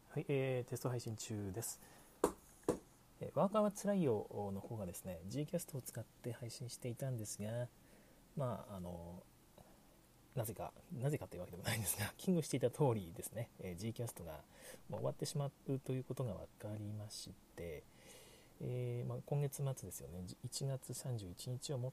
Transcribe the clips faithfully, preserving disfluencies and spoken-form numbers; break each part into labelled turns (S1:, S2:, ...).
S1: はい、えー、テスト配信中です。えーワーカーはつらいよの方がですね、G キャストを使って配信していたんですが、まあ、あの、なぜか、なぜかというわけでもないんですが、危惧していた通りですね、えー G キャストがもう終わってしまうということが分かりまして、えーまあ、今月末ですよね、いちがつさんじゅういちにちをもって、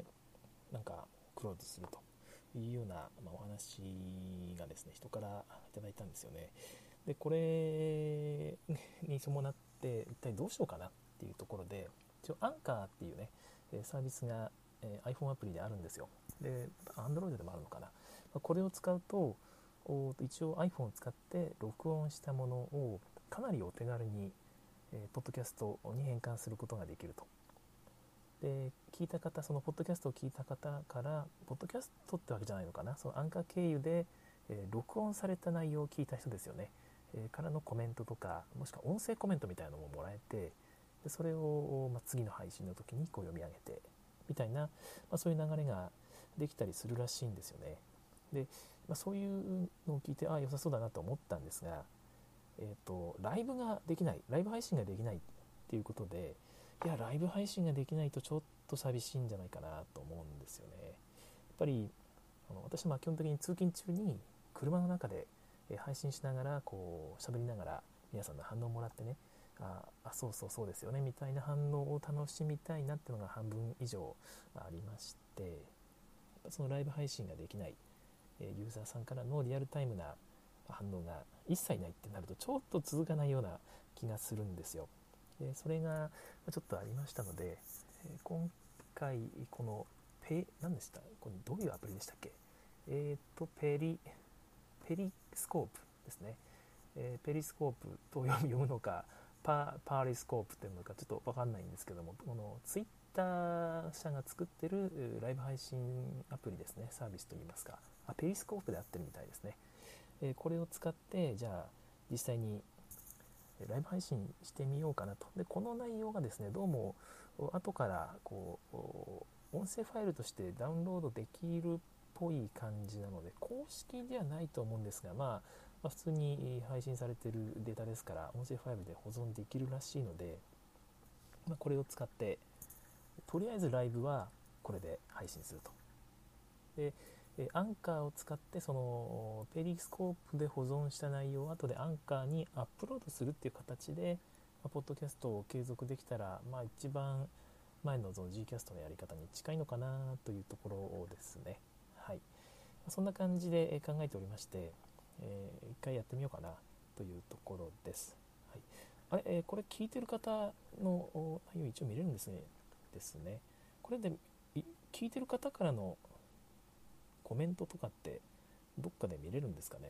S1: なんか、クローズするというような、まあ、お話がですね、人からいただいたんですよね。でこれに伴って一体どうしようかなっていうところで、一応アンカーっていうねサービスが iPhone アプリであるんですよ。で Android でもあるのかな。これを使うと一応 iPhone を使って録音したものをかなりお手軽にポッドキャストに変換することができると。で聞いた方、そのポッドキャストを聞いた方から、ポッドキャストってわけじゃないのかな、そのアンカー経由で、えー録音された内容を聞いた人ですよね、えーからのコメントとか、もしくは音声コメントみたいなのももらえて、でそれを、まあ、次の配信の時にこう読み上げてみたいな、まあ、そういう流れができたりするらしいんですよね。で、まあ、そういうのを聞いて、ああ良さそうだなと思ったんですが、えーと、ライブができない、ライブ配信ができないっていうことで、いや、ライブ配信ができないとちょっと寂しいんじゃないかなと思うんですよね。やっぱりあの私は基本的に通勤中に車の中で配信しながらこう喋りながら皆さんの反応をもらってね、ああそうそうそうですよねみたいな反応を楽しみたいなっていうのが半分以上ありまして、そのライブ配信ができないユーザーさんからのリアルタイムな反応が一切ないってなるとちょっと続かないような気がするんですよ。でそれがちょっとありましたので、今回このペ何でしたこれどういうアプリでしたっけ。えっ、ー、とペリペリスコープですね、えー、ペリスコープと読むのかパパーリスコープっていうのかちょっと分かんないんですけども、このツイッター社が作ってるライブ配信アプリですね、サービスといいますか、あペリスコープで合ってるみたいですね。えーこれを使ってじゃあ実際にライブ配信してみようかなと。でこの内容がですね、どうも後からこう音声ファイルとしてダウンロードできるっぽい感じなので、公式ではないと思うんですが、まあ、まあ普通に配信されているデータですから音声ファイルで保存できるらしいので、まあ、これを使ってとりあえずライブはこれで配信すると。でアンカーを使ってそのペリスコープで保存した内容を後でアンカーにアップロードするっていう形で、まあ、ポッドキャストを継続できたら、まあ、一番前のその G キャストのやり方に近いのかなというところですね。はい、そんな感じで考えておりまして、えー、一回やってみようかなというところです。はい、あれ、えー、これ聞いてる方の内容一応見れるんですね。ですね。これで聞いてる方からのコメントとかってどっかで見れるんですかね。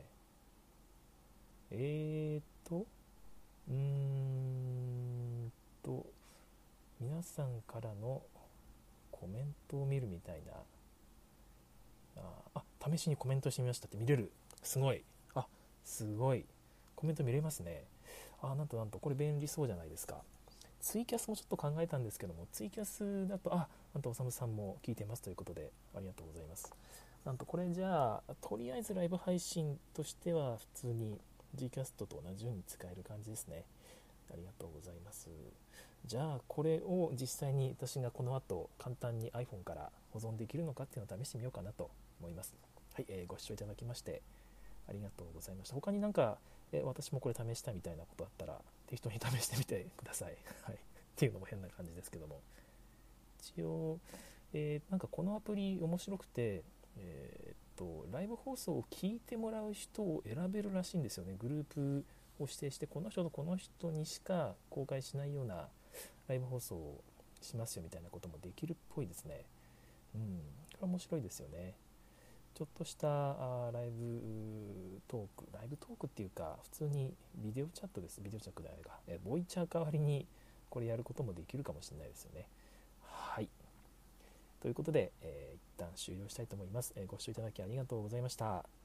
S1: えーとうーんと皆さんからのコメントを見るみたいな、ああ試しにコメントしてみましたって見れる。すごい。あすごいコメント見れますね。あなんとなんとこれ便利そうじゃないですか。ツイキャスもちょっと考えたんですけども、ツイキャスだとあなんとおさむさんも聞いてますということでありがとうございます。なんとこれじゃあとりあえずライブ配信としては普通に G キャストと同じように使える感じですね。ありがとうございます。じゃあこれを実際に私がこの後簡単に iPhone から保存できるのかっていうのを試してみようかなと思います。はい、えー、ご視聴いただきましてありがとうございました。他になんか、えー、私もこれ試したみたいなことあったら適当に試してみてください。はい、っていうのも変な感じですけども、一応、えー、なんかこのアプリ面白くて、えー、っとライブ放送を聞いてもらう人を選べるらしいんですよね。グループを指定して、この人とこの人にしか公開しないようなライブ放送をしますよみたいなこともできるっぽいですね。うん、これ面白いですよね。ちょっとしたあライブトーク、ライブトークっていうか普通にビデオチャットです。ビデオチャットであれば、えボイチャー代わりにこれやることもできるかもしれないですよね。はい。ということで、えー、一旦終了したいと思います。えーご視聴いただきありがとうございました。